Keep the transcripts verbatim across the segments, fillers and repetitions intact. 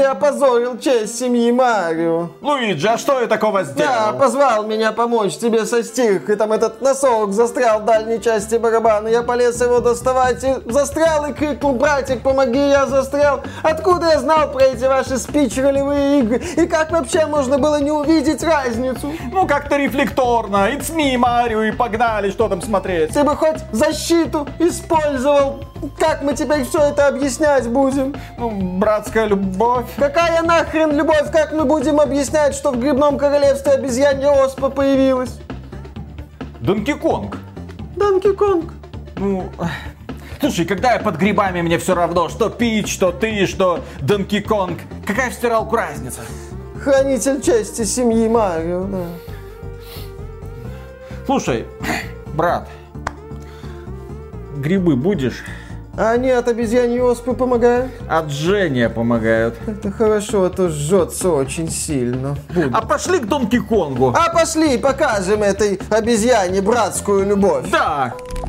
опозорил честь семьи Марио. Луиджи, а что я такого сделал? Да, позвал меня помочь тебе со стиркой. И там этот носок застрял в дальней части барабана. Я полез его доставать и застрял и крикнул: братик, помоги, я застрял. Откуда я знал про эти ваши спич-ролевые игры? И как вообще можно было не увидеть разницу? Ну, как-то рефлекторно. It's me, Марио, и погнали, что там смотреть. Ты бы хоть защиту использовал. Как мы теперь все это объяснять будем? Ну, братская любовь. Какая нахрен любовь? Как мы будем объяснять, что в грибном королевстве обезьянья оспа появилась? Донки Конг. Донки Конг. Ну, слушай, когда я под грибами, мне все равно, что Пич, что ты, что Донки Конг. Какая в стиралку разница? Хранитель чести семьи Марио, да. Слушай, брат, грибы будешь? А они от обезьяньей оспы помогают? От жжения помогают. Это хорошо, а то жжется очень сильно. Буду. А пошли к Донки Конгу. А пошли, покажем этой обезьяне братскую любовь. Да.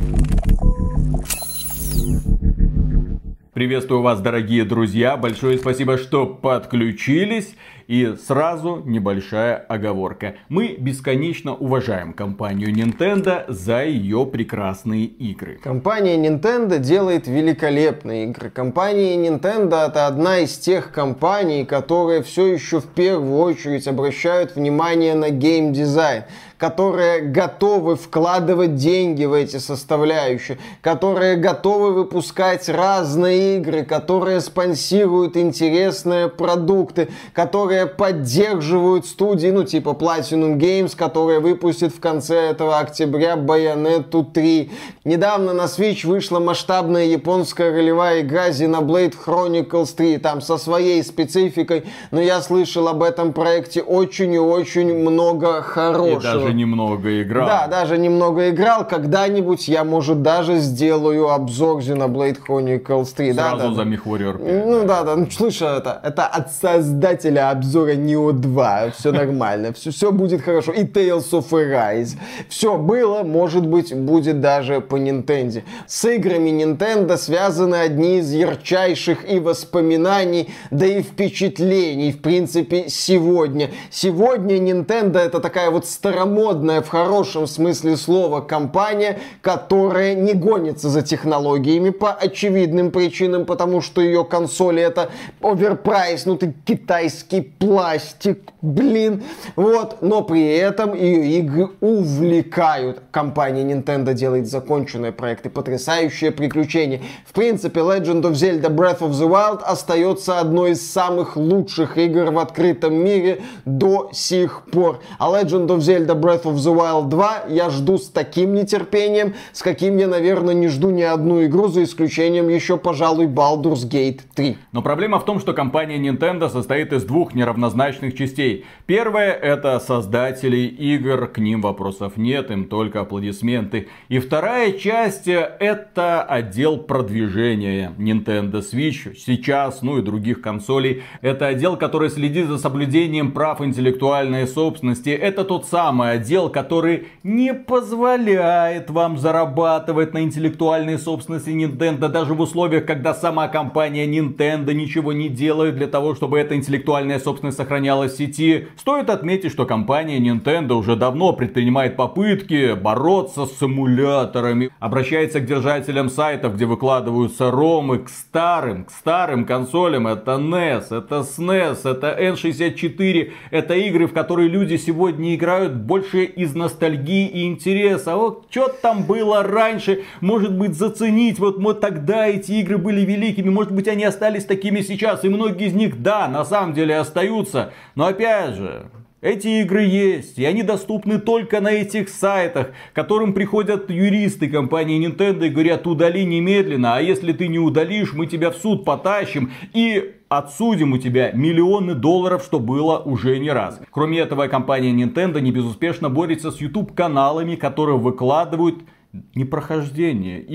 Приветствую вас, дорогие друзья. Большое спасибо, что подключились. И сразу небольшая оговорка. Мы бесконечно уважаем компанию Nintendo за ее прекрасные игры. Компания Nintendo делает великолепные игры. Компания Nintendo — это одна из тех компаний, которые все еще в первую очередь обращают внимание на геймдизайн, которые готовы вкладывать деньги в эти составляющие, которые готовы выпускать разные игры, которые спонсируют интересные продукты, которые поддерживают студии, ну типа Platinum Games, которая выпустит в конце этого октября Bayonetta три. Недавно на Switch вышла масштабная японская ролевая игра Xenoblade Chronicles три, там со своей спецификой, но я слышал об этом проекте очень и очень много хорошего. И даже немного играл. Да, даже немного играл. Когда-нибудь я, может, даже сделаю обзор Xenoblade Chronicles три. Сразу да, да, за MechWarrior пять. Ну да, да. Ну, слушай, это, это от создателя обзора Нео два. Все нормально. Все, все будет хорошо. И Tales of Arise. Все было, может быть, будет даже по Nintendo. С играми Nintendo связаны одни из ярчайших и воспоминаний, да и впечатлений, в принципе, сегодня. Сегодня Nintendo — это такая вот старомодная, в хорошем смысле слова, компания, которая не гонится за технологиями по очевидным причинам, потому что ее консоли — это оверпрайснутый китайский пластик, блин. Вот, но при этом ее игры увлекают. Компания Nintendo делает законченные проекты, потрясающие приключения. В принципе, Legend of Zelda Breath of the Wild остается одной из самых лучших игр в открытом мире до сих пор. А Legend of Zelda Breath of the Wild два я жду с таким нетерпением, с каким я, наверное, не жду ни одну игру, за исключением еще, пожалуй, Baldur's Gate три. Но проблема в том, что компания Nintendo состоит из двух неравнозначных частей. Первая — это создатели игр, к ним вопросов нет, им только аплодисменты. И вторая часть — это отдел продвижения Nintendo Switch сейчас, ну и других консолей. Это отдел, который следит за соблюдением прав интеллектуальной собственности. Это тот самый отдел, который не позволяет вам зарабатывать на интеллектуальной собственности Nintendo, даже в условиях, когда сама компания Nintendo ничего не делает для того, чтобы эта интеллектуальная собственность сохранялась в сети. Стоит отметить, что компания Nintendo уже давно предпринимает попытки бороться с эмуляторами, обращается к держателям сайтов, где выкладываются ромы, к старым, к старым консолям. Это эн и эс, это эс эн и эс, это эн шестьдесят четыре. Это игры, в которые люди сегодня играют больше из ностальгии и интереса. Вот что там было раньше, может быть, заценить. Вот, вот тогда эти игры были великими, может быть, они остались такими сейчас. И многие из них, да, на самом деле остаются. Но опять же, эти игры есть, и они доступны только на этих сайтах, к которым приходят юристы компании Nintendo и говорят: удали немедленно, а если ты не удалишь, мы тебя в суд потащим и отсудим у тебя миллионы долларов, что было уже не раз. Кроме этого, компания Nintendo не безуспешно борется с YouTube каналами, которые выкладывают непрохождение игр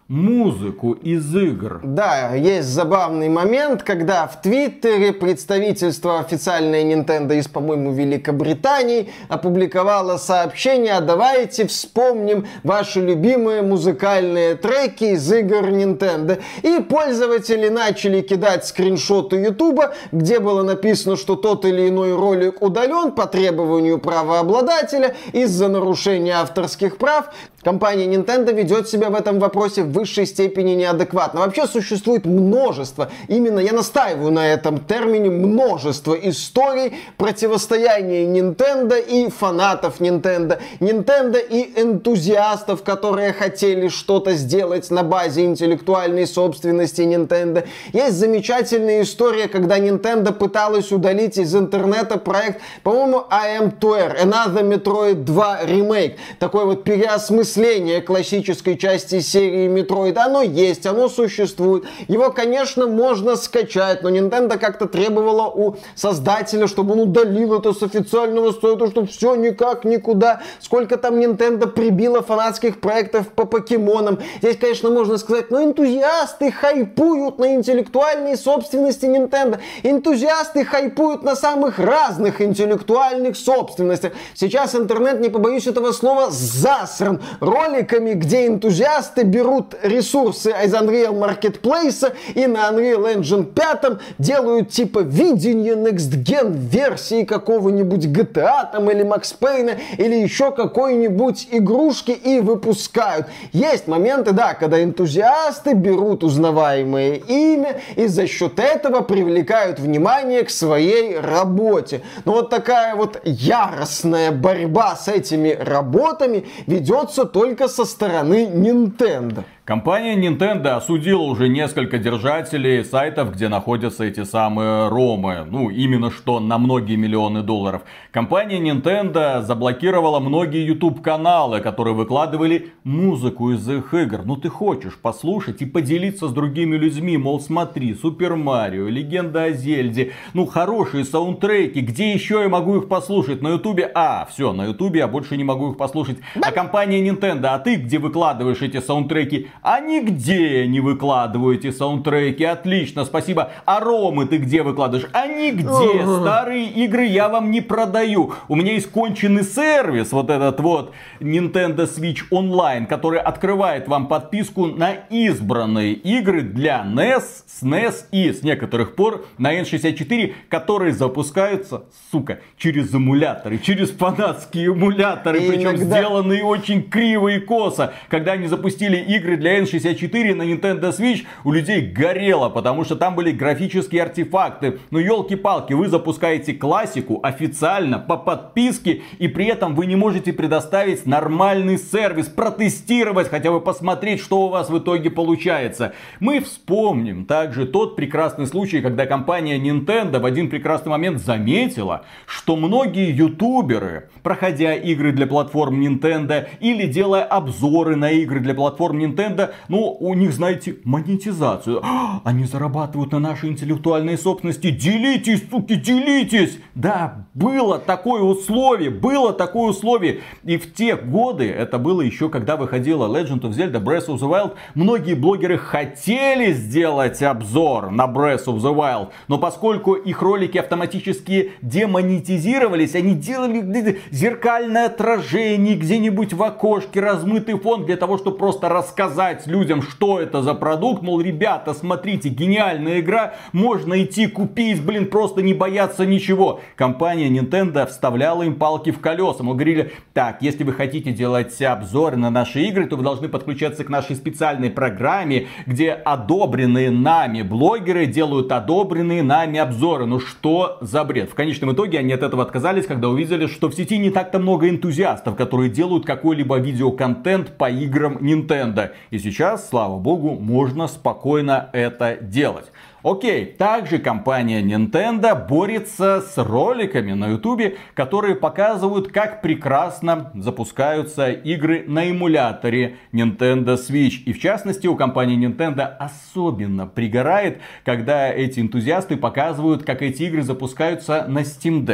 музыку из игр. Да, есть забавный момент, когда в Твиттере представительство официальное Nintendo из, по-моему, Великобритании опубликовало сообщение: а давайте вспомним ваши любимые музыкальные треки из игр Nintendo. И пользователи начали кидать скриншоты Ютуба, где было написано, что тот или иной ролик удален по требованию правообладателя из-за нарушения авторских прав. Компания Nintendo ведет себя в этом вопросе в высшей степени неадекватно. Вообще существует множество, именно я настаиваю на этом термине, множество историй противостояния Nintendo и фанатов Nintendo, Nintendo и энтузиастов, которые хотели что-то сделать на базе интеллектуальной собственности Nintendo. Есть замечательная история, когда Nintendo пыталась удалить из интернета проект, по-моему, I Am to Air, Another Metroid два Remake, такой вот переосмысление классической части серии Metroid. Оно есть, оно существует. Его, конечно, можно скачать, но Nintendo как-то требовала у создателя, чтобы он удалил это с официального сайта, что все никак никуда. Сколько там Nintendo прибило фанатских проектов по покемонам. Здесь, конечно, можно сказать, но энтузиасты хайпуют на интеллектуальной собственности Nintendo. Энтузиасты хайпуют на самых разных интеллектуальных собственностях. Сейчас интернет, не побоюсь этого слова, засран роликами, где энтузиасты берут ресурсы из Unreal Marketplace и на Unreal Engine пять делают типа видение Next Gen версии какого-нибудь джи ти эй там, или Max Payne или еще какой-нибудь игрушки и выпускают. Есть моменты, да, когда энтузиасты берут узнаваемое имя и за счет этого привлекают внимание к своей работе. Но вот такая вот яростная борьба с этими работами ведется только со стороны Nintendo. Компания Nintendo осудила уже несколько держателей сайтов, где находятся эти самые ромы. Ну, именно что на многие миллионы долларов. Компания Nintendo заблокировала многие YouTube-каналы, которые выкладывали музыку из их игр. Ну, ты хочешь послушать и поделиться с другими людьми, мол, смотри, Супер Марио, Легенда о Зельде. Ну, хорошие саундтреки, где еще я могу их послушать? На Ютубе? А, все, на Ютубе я больше не могу их послушать. А компания Nintendo, а ты где выкладываешь эти саундтреки? А нигде не выкладываю эти саундтреки. Отлично, спасибо. А ромы ты где выкладываешь? А нигде. Старые игры я вам не продаю. У меня есть конченый сервис, вот этот вот Nintendo Switch Online, который открывает вам подписку на избранные игры для эн и эс, эс эн и эс и с некоторых пор на эн шестьдесят четыре, которые запускаются, сука, через эмуляторы, через фанатские эмуляторы, и причем иногда... сделанные очень криво и косо. Когда они запустили игры для эн шестьдесят четыре на Nintendo Switch, у людей горело, потому что там были графические артефакты. Ну, елки-палки, вы запускаете классику официально по подписке, и при этом вы не можете предоставить нормальный сервис, протестировать, хотя бы посмотреть, что у вас в итоге получается. Мы вспомним также тот прекрасный случай, когда компания Nintendo в один прекрасный момент заметила, что многие ютуберы, проходя игры для платформ Nintendo или делая обзоры на игры для платформ Nintendo, ну, у них, знаете, монетизацию. Они зарабатывают на нашей интеллектуальной собственности. Делитесь, суки, делитесь! Да, было такое условие, было такое условие. И в те годы, это было еще когда выходила Legend of Zelda Breath of the Wild, многие блогеры хотели сделать обзор на Breath of the Wild, но поскольку их ролики автоматически демонетизировались, они делали зеркальное отражение где-нибудь в окошке, размытый фон для того, чтобы просто рассказать людям, что это за продукт. Мол, ребята, смотрите, гениальная игра, можно идти купить, блин, просто не бояться ничего. Компания Nintendo вставляла им палки в колеса. Мы говорили, так, если вы хотите делать обзоры на наши игры, то вы должны подключаться к нашей специальной программе, где одобренные нами блогеры делают одобренные нами обзоры. Ну что за бред? В конечном итоге они от этого отказались, когда увидели, что в сети не так-то много энтузиастов, которые делают какой-либо видеоконтент по играм Nintendo. И сейчас, слава богу, можно спокойно это делать. Окей, также компания Nintendo борется с роликами на ютубе, которые показывают, как прекрасно запускаются игры на эмуляторе Nintendo Switch. И в частности, у компании Nintendo особенно пригорает, когда эти энтузиасты показывают, как эти игры запускаются на Steam Deck.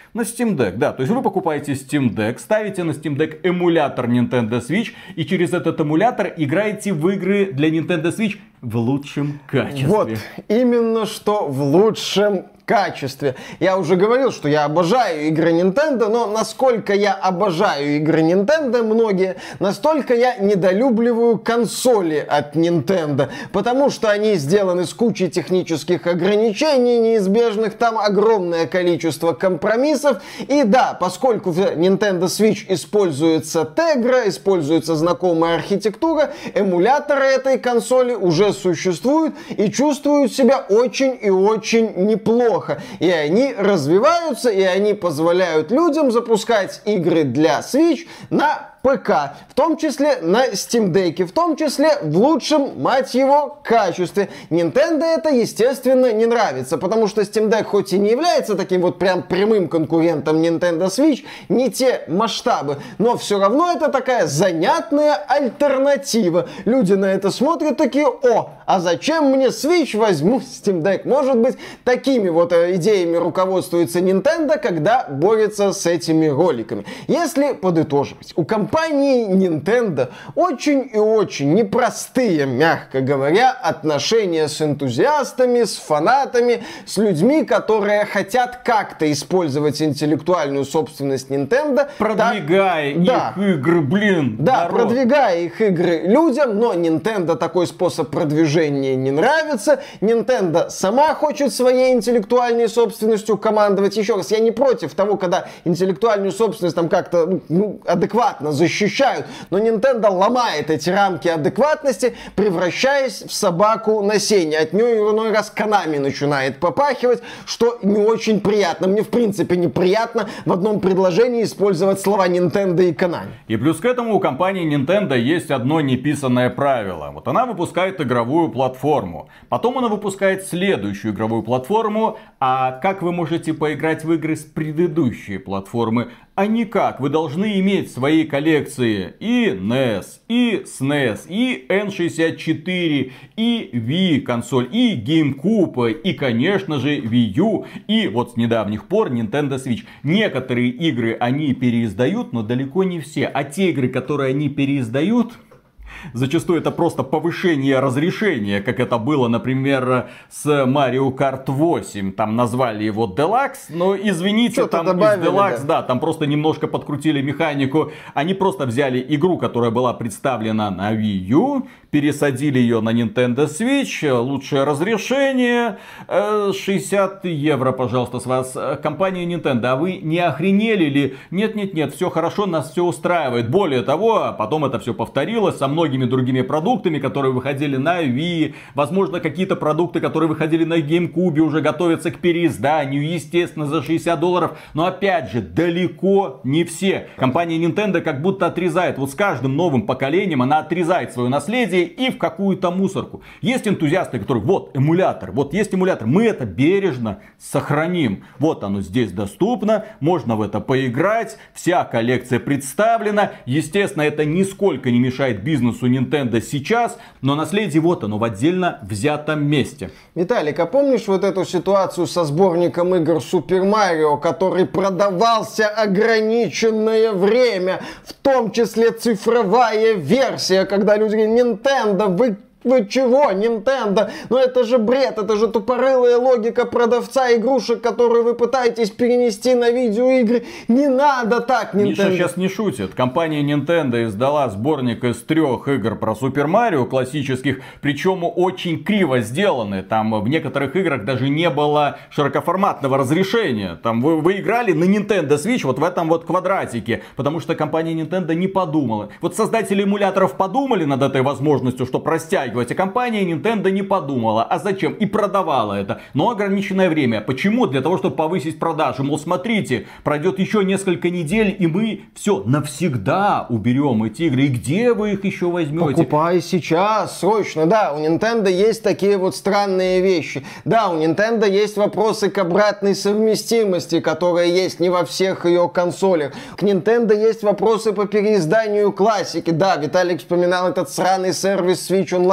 На Steam Deck, да. То есть вы покупаете Steam Deck, ставите на Steam Deck эмулятор Nintendo Switch и через этот эмулятор играете в игры для Nintendo Switch в лучшем качестве. Вот, именно что в лучшем качестве. Я уже говорил, что я обожаю игры Nintendo, но насколько я обожаю игры Nintendo, многие, настолько я недолюбливаю консоли от Nintendo, потому что они сделаны с кучей технических ограничений, неизбежных, там огромное количество компромиссов. И да, поскольку в Nintendo Switch используется Tegra, используется знакомая архитектура, эмуляторы этой консоли уже существуют и чувствуют себя очень и очень неплохо. И они развиваются, и они позволяют людям запускать игры для Switch на ПК, в том числе на Steam Deck, в том числе в лучшем, мать его, качестве. Nintendo это, естественно, не нравится, потому что Steam Deck хоть и не является таким вот прям прямым конкурентом Nintendo Switch, не те масштабы, но все равно это такая занятная альтернатива. Люди на это смотрят такие: о, а зачем мне Switch, возьму Steam Deck. Может быть, такими вот идеями руководствуется Nintendo, когда борется с этими роликами. Если подытоживать, у компании Компании Nintendo очень и очень непростые, мягко говоря, отношения с энтузиастами, с фанатами, с людьми, которые хотят как-то использовать интеллектуальную собственность Nintendo. Продвигая так, их да, игры, блин. Да, народ. продвигая их игры людям, но Nintendo такой способ продвижения не нравится. Nintendo сама хочет своей интеллектуальной собственностью командовать. Еще раз, я не против того, когда интеллектуальную собственность там как-то ну, адекватно защищают, но Nintendo ломает эти рамки адекватности, превращаясь в собаку на сене. От нее иной раз Konami начинает попахивать, что не очень приятно. Мне в принципе неприятно в одном предложении использовать слова Nintendo и Konami. И плюс к этому у компании Nintendo есть одно неписанное правило. Вот она выпускает игровую платформу, потом она выпускает следующую игровую платформу, а как вы можете поиграть в игры с предыдущей платформы? А никак. Вы должны иметь в своей коллекции и эн и эс, и эс эн и эс, и эн шестьдесят четыре, и Wii консоль, и GameCube, и, конечно же, Wii U, и вот с недавних пор Nintendo Switch. Некоторые игры они переиздают, но далеко не все. А те игры, которые они переиздают, зачастую это просто повышение разрешения, как это было, например, с Mario Kart восемь. Там назвали его Deluxe, но извините, что-то там добавили, из Deluxe, да. да, там просто немножко подкрутили механику. Они просто взяли игру, которая была представлена на Wii U, пересадили ее на Nintendo Switch, лучшее разрешение, шестьдесят евро, пожалуйста, с вас. Компания Nintendo, а вы не охренели ли? Нет-нет-нет, все хорошо, нас все устраивает. Более того, потом это все повторилось со многими другими продуктами, которые выходили на Wii. Возможно, какие-то продукты, которые выходили на GameCube, уже готовятся к переизданию, естественно, за шестьдесят долларов. Но опять же, далеко не все. Компания Nintendo как будто отрезает, вот с каждым новым поколением она отрезает свое наследие и в какую-то мусорку. Есть энтузиасты, которые, вот эмулятор, вот есть эмулятор, мы это бережно сохраним. Вот оно здесь доступно, можно в это поиграть, вся коллекция представлена. Естественно, это нисколько не мешает бизнесу Nintendo сейчас, но наследие вот оно в отдельно взятом месте. Виталик, а помнишь вот эту ситуацию со сборником игр Super Mario, который продавался ограниченное время, в том числе цифровая версия, когда люди говорят: Nintendo, вы Вы чего, Nintendo? Ну это же бред, это же тупорылая логика продавца игрушек, которую вы пытаетесь перенести на видеоигры. Не надо так, Nintendo. Миша сейчас не шутит. Компания Nintendo издала сборник из трех игр про Super Mario классических, причем очень криво сделаны. Там в некоторых играх даже не было широкоформатного разрешения. Там вы, вы играли на Nintendo Switch вот в этом вот квадратике, потому что компания Nintendo не подумала. Вот создатели эмуляторов подумали над этой возможностью, что простя а компания Nintendo не подумала. А зачем? И продавала это. Но ограниченное время. Почему? Для того, чтобы повысить продажи. Мол, смотрите, пройдет еще несколько недель, и мы все навсегда уберем эти игры. И где вы их еще возьмете? Покупай сейчас, срочно. Да, у Nintendo есть такие вот странные вещи. Да, у Nintendo есть вопросы к обратной совместимости, которая есть не во всех ее консолях. К Nintendo есть вопросы по переизданию классики. Да, Виталик вспоминал этот сраный сервис Switch Online,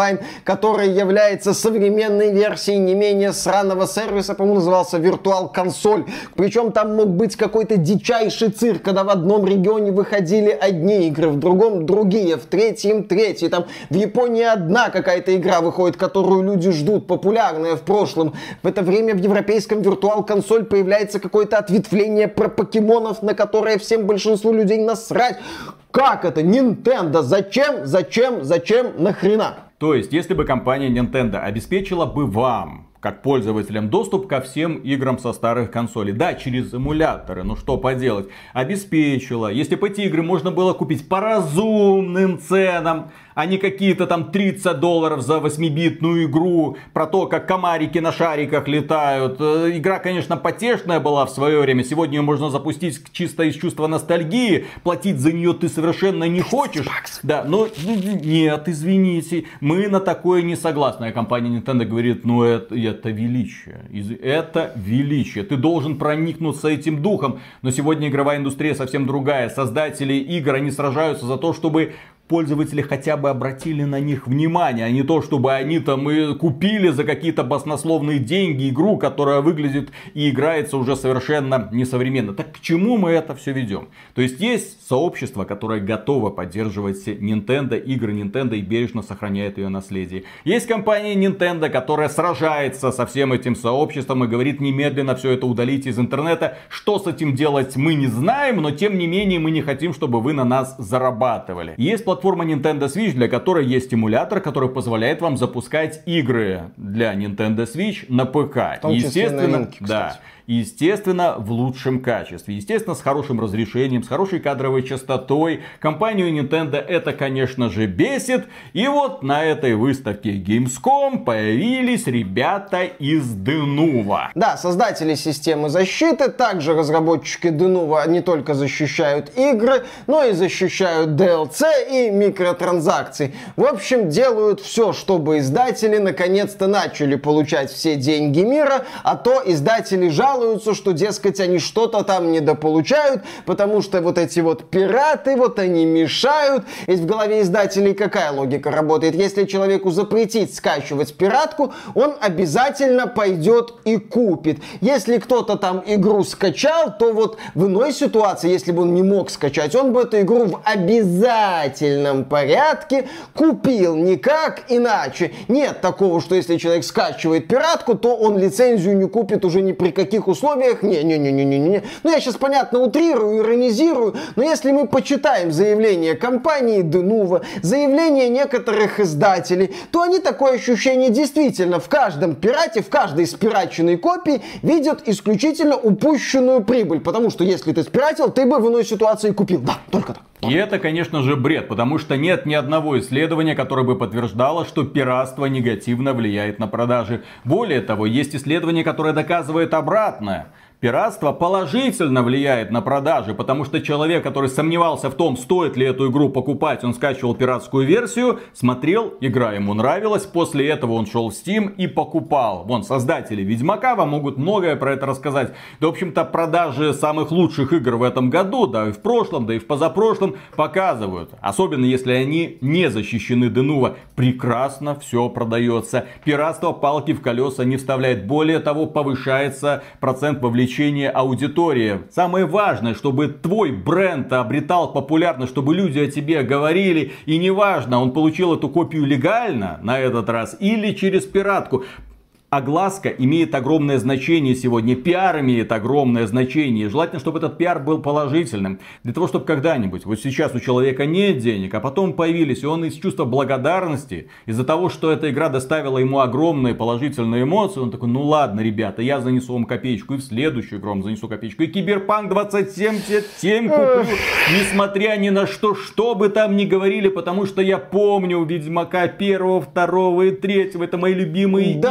Online, который является современной версией не менее сраного сервиса, по-моему, назывался Virtual Console. Причем там мог быть какой-то дичайший цирк, когда в одном регионе выходили одни игры, в другом другие, в третьем третьи. Там в Японии одна какая-то игра выходит, которую люди ждут, популярная в прошлом. В это время в европейском Virtual Console появляется какое-то ответвление про покемонов, на которое всем большинству людей насрать. Как это? Nintendo? Зачем? Зачем? Зачем? Нахрена? То есть, если бы компания Nintendo обеспечила бы вам, как пользователям, доступ ко всем играм со старых консолей. Да, через эмуляторы, ну что поделать. Обеспечила. Если бы эти игры можно было купить по разумным ценам, а не какие-то там тридцать долларов за восьмибитную игру, про то, как комарики на шариках летают. Игра, конечно, потешная была в свое время. Сегодня ее можно запустить чисто из чувства ностальгии. Платить за нее ты совершенно не хочешь. Да, но нет, извините, мы на такое не согласны. А компания Nintendo говорит, ну это, это величие. Это величие. Ты должен проникнуться этим духом. Но сегодня игровая индустрия совсем другая. Создатели игр, они сражаются за то, чтобы пользователи хотя бы обратили на них внимание, а не то, чтобы они там и купили за какие-то баснословные деньги игру, которая выглядит и играется уже совершенно несовременно. Так к чему мы это все ведем? То есть есть сообщество, которое готово поддерживать Nintendo, игры Nintendo и бережно сохраняет ее наследие. Есть компания Nintendo, которая сражается со всем этим сообществом и говорит немедленно все это удалить из интернета. Что с этим делать мы не знаем, но тем не менее мы не хотим, чтобы вы на нас зарабатывали. Есть платформа Nintendo Switch, для которой есть эмулятор, который позволяет вам запускать игры для Nintendo Switch на ПК. В том числе Естественно, новинки, да. кстати. Естественно, в лучшем качестве. Естественно, с хорошим разрешением, с хорошей кадровой частотой. Компанию Nintendo это, конечно же, бесит. И вот на этой выставке Gamescom появились ребята из Denuvo. Да, создатели системы защиты, также разработчики Denuvo не только защищают игры, но и защищают ди эл си и микротранзакции. В общем, делают все, чтобы издатели наконец-то начали получать все деньги мира, а то издатели жалуются, что, дескать, они что-то там недополучают, потому что вот эти вот пираты, вот они мешают. Ведь в голове издателей какая логика работает? Если человеку запретить скачивать пиратку, он обязательно пойдет и купит. Если кто-то там игру скачал, то вот в иной ситуации, если бы он не мог скачать, он бы эту игру в обязательном порядке купил, никак иначе. Нет такого, что если человек скачивает пиратку, то он лицензию не купит уже ни при каких условиях. Не-не-не-не-не-не. Ну, я сейчас, понятно, утрирую, иронизирую, но если мы почитаем заявление компании Denuvo, заявление некоторых издателей, то они такое ощущение действительно в каждом пирате, в каждой спираченной копии видят исключительно упущенную прибыль. Потому что если ты спиратил, ты бы в иной ситуации купил. Да, только так. И это, конечно же, бред, потому что нет ни одного исследования, которое бы подтверждало, что пиратство негативно влияет на продажи. Более того, есть исследование, которое доказывает обратное. Пиратство положительно влияет на продажи, потому что человек, который сомневался в том, стоит ли эту игру покупать, он скачивал пиратскую версию, смотрел, игра ему нравилась, после этого он шел в Steam и покупал. Вон, создатели Ведьмака вам могут многое про это рассказать. Да, в общем-то, продажи самых лучших игр в этом году, да и в прошлом, да и в позапрошлом, показывают. Особенно, если они не защищены Denuvo. Прекрасно все продается. Пиратство палки в колеса не вставляет. Более того, повышается процент вовлечения аудитории. Самое важное, чтобы твой бренд обретал популярность, чтобы люди о тебе говорили. И неважно, он получил эту копию легально на этот раз или через пиратку. Огласка имеет огромное значение сегодня, пиар имеет огромное значение. Желательно, чтобы этот пиар был положительным. Для того, чтобы когда-нибудь, вот сейчас у человека нет денег, а потом появились, и он из чувства благодарности, из-за того, что эта игра доставила ему огромные положительные эмоции, он такой, ну ладно, ребята, я занесу вам копеечку, и в следующую игру вам занесу копеечку, и Киберпанк двадцать семьдесят семь куплю, несмотря ни на что, что бы там ни говорили, потому что я помню Ведьмака первого, второго и третьего, это мои любимые да, игры.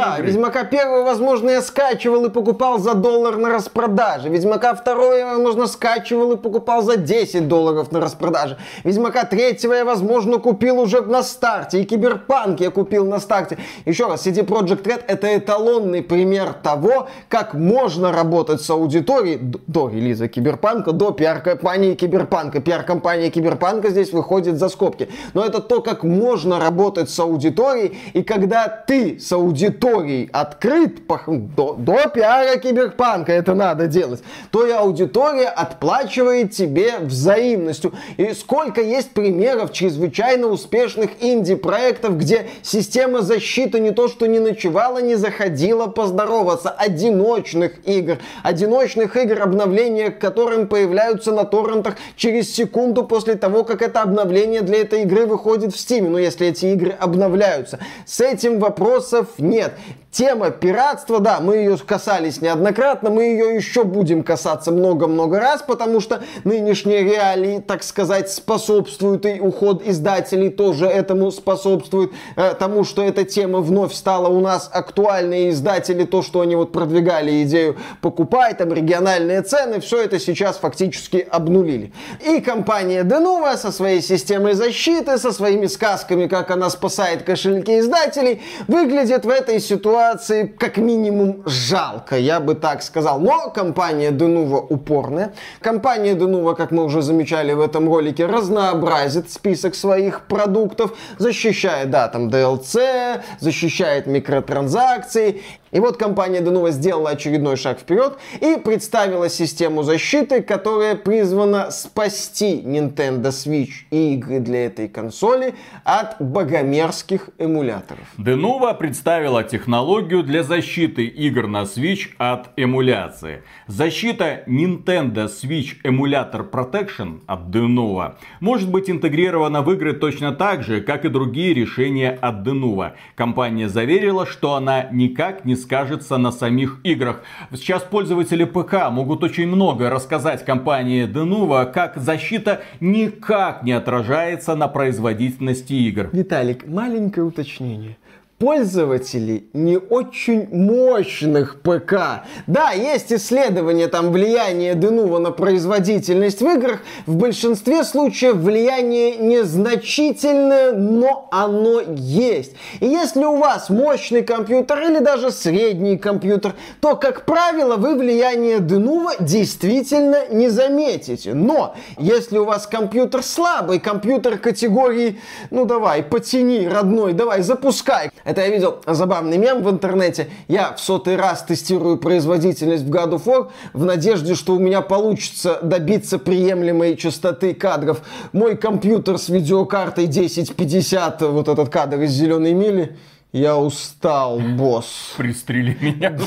Ведьмака первого, возможно, я скачивал и покупал за доллар на распродаже. Ведьмака второго я, возможно, скачивал и покупал за десять долларов на распродаже. Ведьмака третьего я, возможно, купил уже на старте. И Киберпанк я купил на старте. Еще раз, си ди Projekt Red — это эталонный пример того, как можно работать с аудиторией до релиза Киберпанка, до пиар-компании Киберпанка. Пиар-компания Киберпанка здесь выходит за скобки. Но это то, как можно работать с аудиторией, и когда ты с аудиторией открыт, до, до пиара Киберпанка это надо делать, то и аудитория отплачивает тебе взаимностью. И сколько есть примеров чрезвычайно успешных инди-проектов, где система защиты не то что не ночевала, не заходила поздороваться. Одиночных игр. Одиночных игр, обновления к которым появляются на торрентах через секунду после того, как это обновление для этой игры выходит в Steam. Но если эти игры обновляются. С этим вопросов нет. Тема пиратства, да, мы ее касались неоднократно, мы ее еще будем касаться много-много раз, потому что нынешние реалии, так сказать, способствуют, и уход издателей тоже этому способствует, э, тому, что эта тема вновь стала у нас актуальной, и издатели, то, что они вот продвигали идею покупай, там региональные цены, все это сейчас фактически обнулили. И компания Denuvo со своей системой защиты, со своими сказками, как она спасает кошельки издателей, выглядит в этой ситуации как минимум жалко, я бы так сказал. Но компания Denuvo упорная. Компания Denuvo, как мы уже замечали в этом ролике, разнообразит список своих продуктов, защищает, да, там ди эл си, защищает микротранзакции. И вот компания Denuvo сделала очередной шаг вперед и представила систему защиты, которая призвана спасти Nintendo Switch и игры для этой консоли от богомерзких эмуляторов. Denuvo представила технологию для защиты игр на Switch от эмуляции. Защита Nintendo Switch Emulator Protection от Denuvo может быть интегрирована в игры точно так же, как и другие решения от Denuvo. Компания заверила, что она никак не скажется на самих играх. Сейчас пользователи ПК могут очень много рассказать компании Denuvo, как защита никак не отражается на производительности игр. Виталик, маленькое уточнение. Пользователи не очень мощных ПК. Да, есть исследования там влияния Denuvo на производительность в играх. В большинстве случаев влияние незначительное, но оно есть. И если у вас мощный компьютер или даже средний компьютер, то, как правило, вы влияние Denuvo действительно не заметите. Но если у вас компьютер слабый, компьютер категории, ну давай, потяни, родной, давай, запускай. Это я видел забавный мем в интернете. Я в сотый раз тестирую производительность в God of War в надежде, что у меня получится добиться приемлемой частоты кадров. Мой компьютер с видеокартой десять пятьдесят, вот этот кадр из «Зеленой мили». Я устал, босс. Пристрели меня.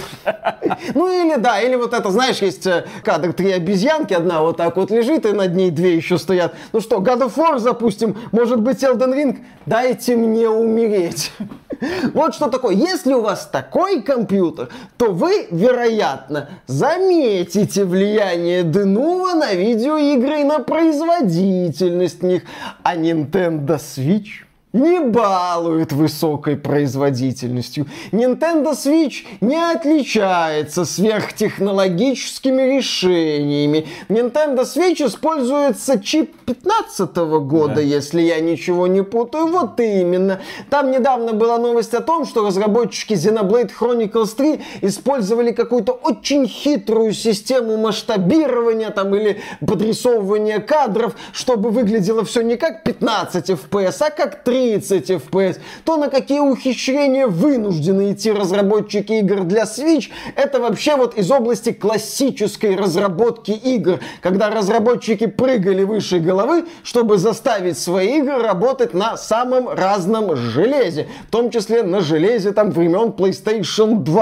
Ну или да, или вот это, знаешь, есть кадр три обезьянки, одна вот так вот лежит, и над ней две еще стоят. Ну что, God of War запустим, может быть Elden Ring? Дайте мне умереть. Вот что такое. Если у вас такой компьютер, то вы, вероятно, заметите влияние Denuvo на видеоигры и на производительность в них. А Nintendo Switch не балует высокой производительностью. Nintendo Switch не отличается сверхтехнологическими решениями. В Nintendo Switch используется чип пятнадцатого года, да. Если я ничего не путаю. Вот именно. Там недавно была новость о том, что разработчики Xenoblade Chronicles три использовали какую-то очень хитрую систему масштабирования там, или подрисовывания кадров, чтобы выглядело все не как пятнадцать эф пи эс, а как тридцать эф пи эс. То, на какие ухищрения вынуждены идти разработчики игр для Switch, это вообще вот из области классической разработки игр, когда разработчики прыгали выше головы, чтобы заставить свои игры работать на самом разном железе, в том числе на железе там времен PlayStation два.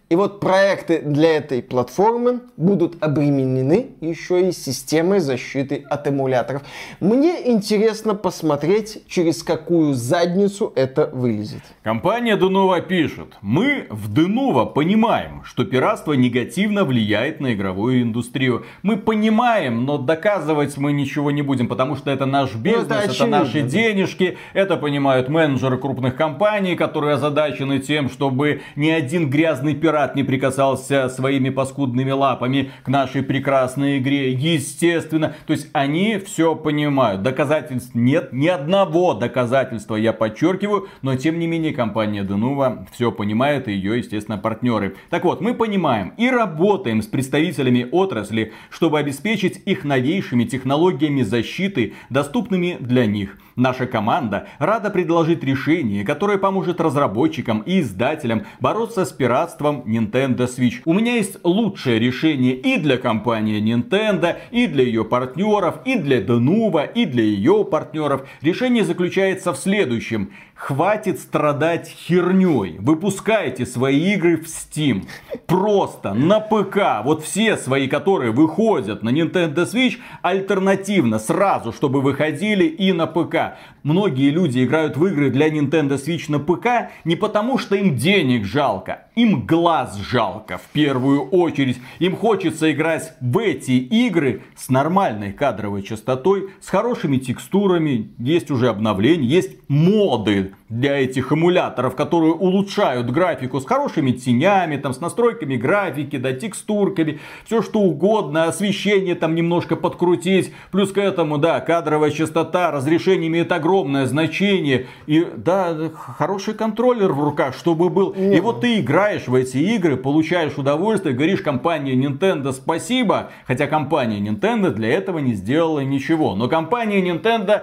И вот проекты для этой платформы будут обременены еще и системой защиты от эмуляторов. Мне интересно посмотреть, через какую задницу это вылезет. Компания Denuvo пишет: мы в Denuvo понимаем, что пиратство негативно влияет на игровую индустрию. Мы понимаем, но доказывать мы ничего не будем, потому что это наш бизнес, ну, это, это наши денежки. Это понимают менеджеры крупных компаний, которые озадачены тем, чтобы ни один грязный пират не прикасался своими паскудными лапами к нашей прекрасной игре. Естественно. То есть они все понимают. Доказательств нет. Ни одного доказательства, я подчеркиваю. Но тем не менее компания Denuvo все понимает. И ее, естественно, партнеры. Так вот, мы понимаем и работаем с представителями отрасли, чтобы обеспечить их новейшими технологиями защиты, доступными для них. Наша команда рада предложить решение, которое поможет разработчикам и издателям бороться с пиратством Nintendo Switch. У меня есть лучшее решение и для компании Nintendo, и для ее партнеров, и для Denuvo, и для ее партнеров. Решение заключается в следующем. Хватит страдать херней. Выпускайте свои игры в Steam. Просто на ПК. Вот все свои, которые выходят на Nintendo Switch, альтернативно сразу, чтобы выходили и на ПК. Многие люди играют в игры для Nintendo Switch на ПК не потому, что им денег жалко. Им глаз жалко в первую очередь. Им хочется играть в эти игры с нормальной кадровой частотой, с хорошими текстурами. Есть уже обновления, есть моды для этих эмуляторов, которые улучшают графику с хорошими тенями, там, с настройками графики, да, текстурками, все что угодно, освещение там немножко подкрутить. Плюс к этому, да, кадровая частота, разрешение имеет огромное значение. И, да, хороший контроллер в руках, чтобы был. И вот ты играешь в эти игры, получаешь удовольствие, говоришь компании Nintendo спасибо, хотя компания Nintendo для этого не сделала ничего. Но компания Nintendo,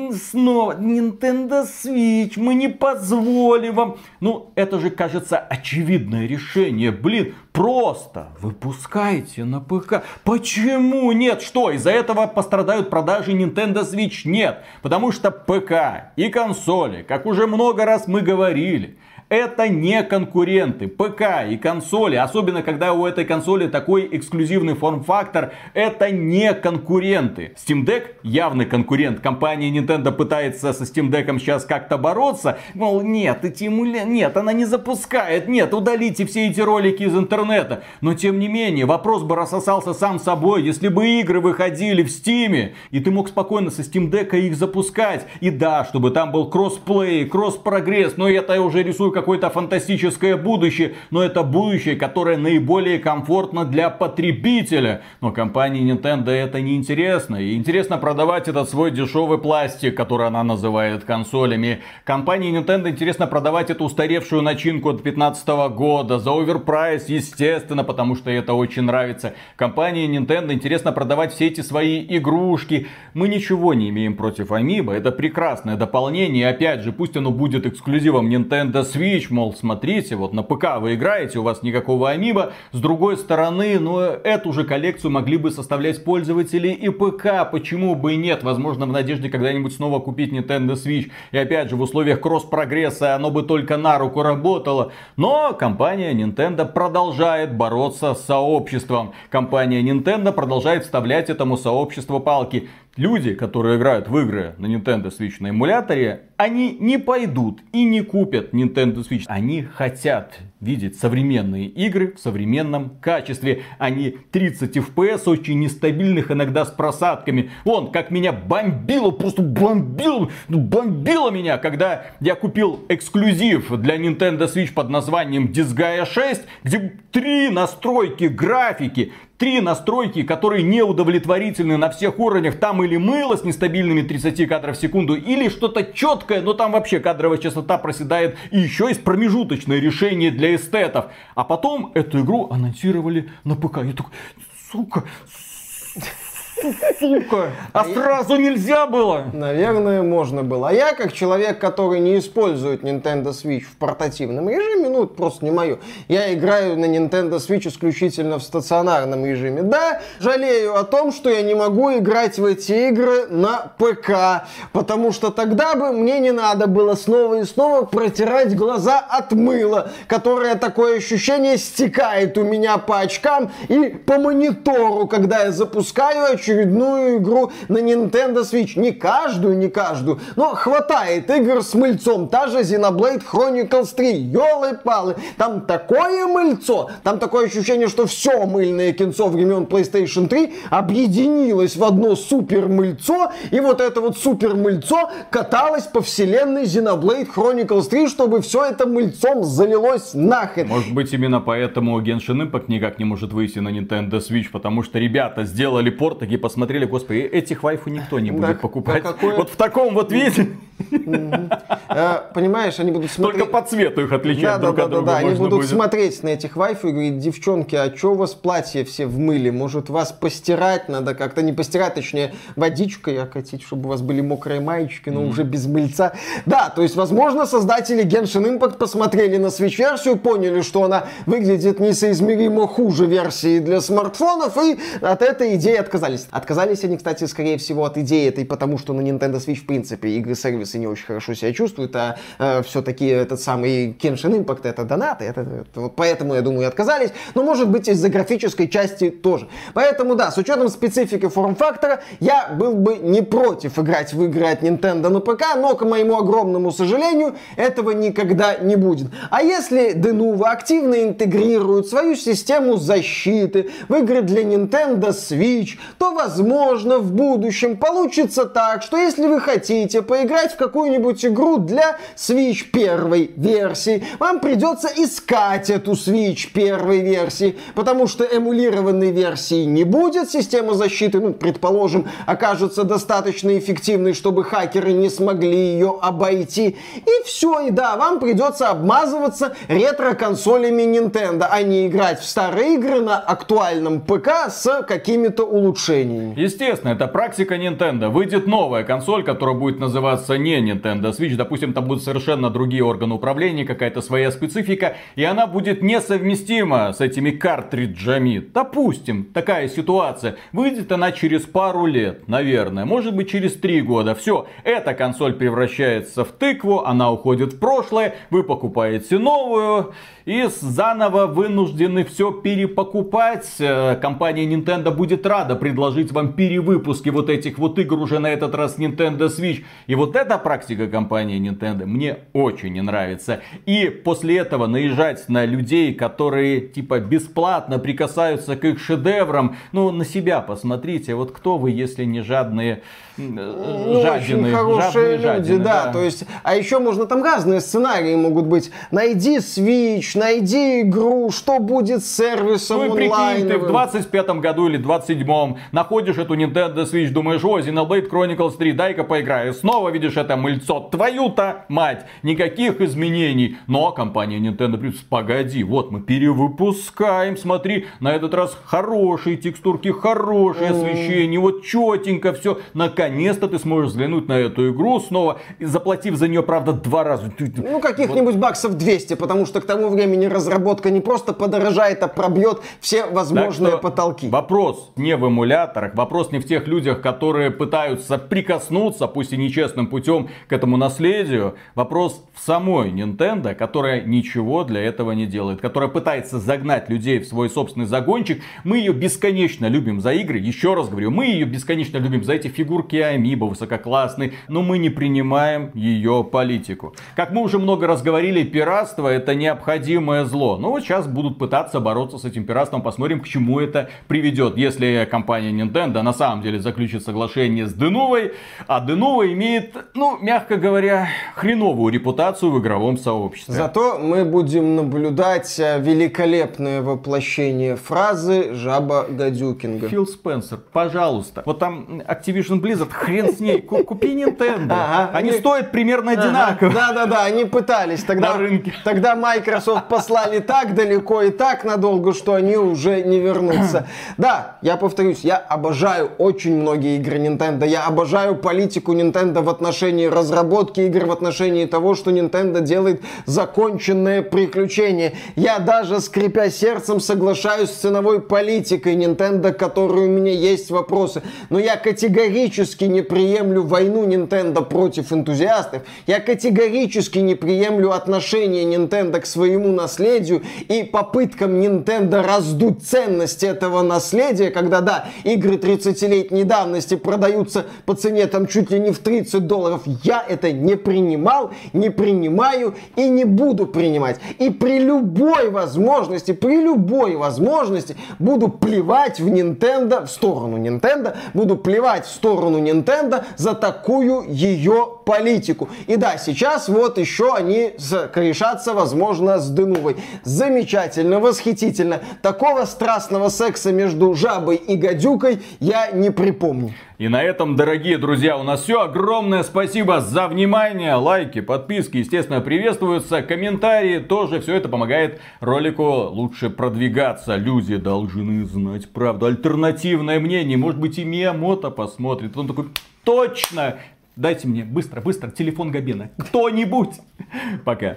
снова Nintendo Switch, мы не позволим вам. Ну, это же, кажется, очевидное решение. Блин, просто выпускайте на ПК. Почему нет? Что, из-за этого пострадают продажи Nintendo Switch? Нет. Потому что ПК и консоли, как уже много раз мы говорили, это не конкуренты. ПК и консоли, особенно когда у этой консоли такой эксклюзивный форм-фактор, это не конкуренты. Steam Deck явный конкурент. Компания Nintendo пытается со Steam Deck'ом сейчас как-то бороться. Мол, нет, эти эмуля... нет, она не запускает. Нет, удалите все эти ролики из интернета. Но тем не менее, вопрос бы рассосался сам собой, если бы игры выходили в Steam, и ты мог спокойно со Steam Deck'а их запускать. И да, чтобы там был кроссплей, кросс-прогресс, но это я уже рисую как какое-то фантастическое будущее, но это будущее, которое наиболее комфортно для потребителя. Но компании Nintendo это не интересно. И интересно продавать этот свой дешевый пластик, который она называет консолями. Компании Nintendo интересно продавать эту устаревшую начинку от две тысячи пятнадцатого года за оверпрайс, естественно, потому что это очень нравится. Компании Nintendo интересно продавать все эти свои игрушки. Мы ничего не имеем против Amiibo, это прекрасное дополнение. Опять же, пусть оно будет эксклюзивом Nintendo Switch, мол, смотрите, вот на ПК вы играете, у вас никакого Amiibo. С другой стороны, ну, эту же коллекцию могли бы составлять пользователи и ПК. Почему бы и нет? Возможно, в надежде когда-нибудь снова купить Nintendo Switch. И опять же, в условиях кросс-прогресса оно бы только на руку работало. Но компания Nintendo продолжает бороться с сообществом. Компания Nintendo продолжает вставлять этому сообществу палки. Люди, которые играют в игры на Nintendo Switch на эмуляторе, они не пойдут и не купят Nintendo Switch. Они хотят видеть современные игры в современном качестве, а не тридцать эф пи эс очень нестабильных, иногда с просадками. Вон, как меня бомбило, просто бомбило, бомбило меня, когда я купил эксклюзив для Nintendo Switch под названием Disgaea шесть, где три настройки графики, Три настройки, которые неудовлетворительны на всех уровнях. Там или мыло с нестабильными тридцатью кадров в секунду, или что-то четкое, но там вообще кадровая частота проседает. И еще есть промежуточное решение для эстетов. А потом эту игру анонсировали на ПК. Я такой, сука, Сука! А сразу нельзя было! Наверное, можно было. А я, как человек, который не использует Nintendo Switch в портативном режиме, ну, это просто не мое. Я играю на Nintendo Switch исключительно в стационарном режиме. Да, жалею о том, что я не могу играть в эти игры на ПК, потому что тогда бы мне не надо было снова и снова протирать глаза от мыла, которое, такое ощущение, стекает у меня по очкам и по монитору, когда я запускаю очередную игру на Nintendo Switch. Не каждую, не каждую, но хватает игр с мыльцом. Та же Xenoblade Chronicles три. Ёлы-палы, там такое мыльцо, там такое ощущение, что все мыльное кинцо времен PlayStation три объединилось в одно супер мыльцо, и вот это вот супер мыльцо каталось по вселенной Xenoblade Chronicles три, чтобы все это мыльцом залилось нахрен. Может быть, именно поэтому Genshin Impact никак не может выйти на Nintendo Switch, потому что ребята сделали порт и посмотрели, господи, этих вайфу никто не будет покупать. Вот в таком вот виде. Понимаешь, они будут смотреть... Только по цвету их отличать друг от друга. Да, они будут смотреть на этих вайфу и говорить: девчонки, а чё у вас платья все в мыле? Может, вас постирать надо как-то? Не постирать, точнее, водичкой окатить, чтобы у вас были мокрые маечки, но уже без мыльца. Да, то есть, возможно, создатели Genshin Impact посмотрели на Switch-версию, поняли, что она выглядит несоизмеримо хуже версии для смартфонов, и от этой идеи отказались. Отказались они, кстати, скорее всего, от идеи этой, потому что на Nintendo Switch, в принципе, игры-сервисы не очень хорошо себя чувствуют, а э, все-таки этот самый Genshin Impact — это донаты, это, это, вот поэтому, я думаю, отказались. Но, может быть, из-за графической части тоже. Поэтому, да, с учетом специфики форм-фактора, я был бы не против играть в игры от Nintendo на ПК, но, к моему огромному сожалению, этого никогда не будет. А если Denuvo активно интегрирует свою систему защиты в игры для Nintendo Switch, то, возможно, в будущем получится так, что если вы хотите поиграть в какую-нибудь игру для Switch первой версии, вам придется искать эту Switch первой версии, потому что эмулированной версии не будет, система защиты, ну, предположим, окажется достаточно эффективной, чтобы хакеры не смогли ее обойти. И все, и да, вам придется обмазываться ретро-консолями Nintendo, а не играть в старые игры на актуальном ПК с какими-то улучшениями. Естественно, это практика Nintendo. Выйдет новая консоль, которая будет называться не Nintendo Switch. Допустим, там будут совершенно другие органы управления, какая-то своя специфика, и она будет несовместима с этими картриджами. Допустим, такая ситуация. Выйдет она через пару лет, наверное. Может быть, через три года. Все, эта консоль превращается в тыкву, она уходит в прошлое, вы покупаете новую и заново вынуждены все перепокупать. Компания Nintendo будет рада предложить вам перевыпуски вот этих вот игр уже на этот раз Nintendo Switch. И вот эта практика компании Nintendo мне очень не нравится. И после этого наезжать на людей, которые типа бесплатно прикасаются к их шедеврам, ну на себя посмотрите, вот кто вы, если не жадные, ну, жадины, очень хорошие жадные, люди, жадины, да. да. То есть, а еще можно там разные сценарии могут быть. Найди Switch, найди игру, что будет с сервисом ну, онлайн. Прикинь, ты в двадцать пятом году или двадцать седьмом находишь эту Nintendo Switch, думаешь: о, Xenoblade Chronicles три, дай-ка поиграю. Снова видишь это мыльцо. Твою-то мать! Никаких изменений. Но компания Nintendo говорит: погоди, вот мы перевыпускаем, смотри, на этот раз хорошие текстурки, хорошее освещение, вот четенько все. Наконец-то ты сможешь взглянуть на эту игру снова, заплатив за нее, правда, два раза. Ну, каких-нибудь вот баксов двести, потому что к тому времени разработка не просто подорожает, а пробьет все возможные потолки. Вопрос не в эмуляторах, вопрос не в тех людях, которые пытаются прикоснуться, пусть и нечестным путем, к этому наследию. Вопрос в самой Nintendo, которая ничего для этого не делает, которая пытается загнать людей в свой собственный загончик. Мы ее бесконечно любим за игры, еще раз говорю, мы ее бесконечно любим за эти фигурки Амибо высококлассные, но мы не принимаем ее политику. Как мы уже много раз говорили, пиратство — это необходимое зло. Но вот сейчас будут пытаться бороться с этим пиратством, посмотрим, к чему это приведет. Если компания Nintendo на самом деле заключит соглашение с Denuvo, а Denuvo имеет, ну, ну, мягко говоря, хреновую репутацию в игровом сообществе. Зато мы будем наблюдать великолепное воплощение фразы «Жаба Гадюкинга». Фил Спенсер, пожалуйста. Вот там Activision Blizzard, хрен с ней, купи Nintendo. Ага, они они... стоят примерно одинаково. Да-да-да, они пытались. Тогда, на рынке. Тогда Microsoft послали так далеко и так надолго, что они уже не вернутся. Да, я повторюсь, я обожаю очень многие игры Nintendo. Я обожаю политику Nintendo в отношении разработки игр, в отношении того, что Nintendo делает законченное приключение. Я даже, скрипя сердцем, соглашаюсь с ценовой политикой Nintendo, к которой у меня есть вопросы. Но я категорически не приемлю войну Nintendo против энтузиастов. Я категорически не приемлю отношение Nintendo к своему наследию и попыткам Nintendo раздуть ценность этого наследия, когда, да, игры тридцатилетней давности продаются по цене там чуть ли не в тридцать долларов. Я это не принимал, не принимаю и не буду принимать. И при любой возможности, при любой возможности буду плевать в Nintendo, в сторону Nintendo, буду плевать в сторону Nintendo за такую ее политику. И да, сейчас вот еще они корешатся, возможно, с Денувой. Замечательно, восхитительно. Такого страстного секса между жабой и гадюкой я не припомню. И на этом, дорогие друзья, у нас все. Огромное спасибо за внимание. Лайки, подписки, естественно, приветствуются. Комментарии тоже. Все это помогает ролику лучше продвигаться. Люди должны знать правду. Альтернативное мнение. Может быть, и Миямото посмотрит. Он такой: точно! Дайте мне быстро, быстро телефон Габена. Кто-нибудь. Пока.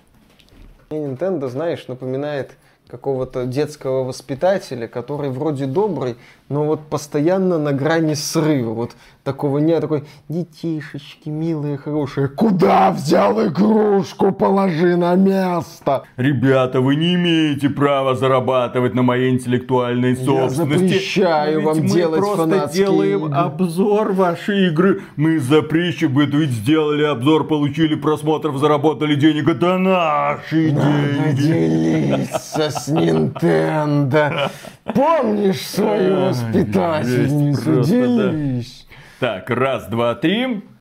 Nintendo, знаешь, напоминает какого-то детского воспитателя, который вроде добрый, но вот постоянно на грани срыва. Вот такого не такой: детишечки, милые, хорошие, куда взял игрушку, положи на место. Ребята, вы не имеете права зарабатывать на моей интеллектуальной собственности. Я запрещаю вам мы делать просто фанатские делаем игры. обзор вашей игры. Мы запрещаем, вы ведь сделали обзор, получили просмотров, заработали денег. Это наши Надо деньги. делиться с Nintendo. Помнишь свою воспитательницу? Жесть просто, да. Делись. Так, раз, два, три.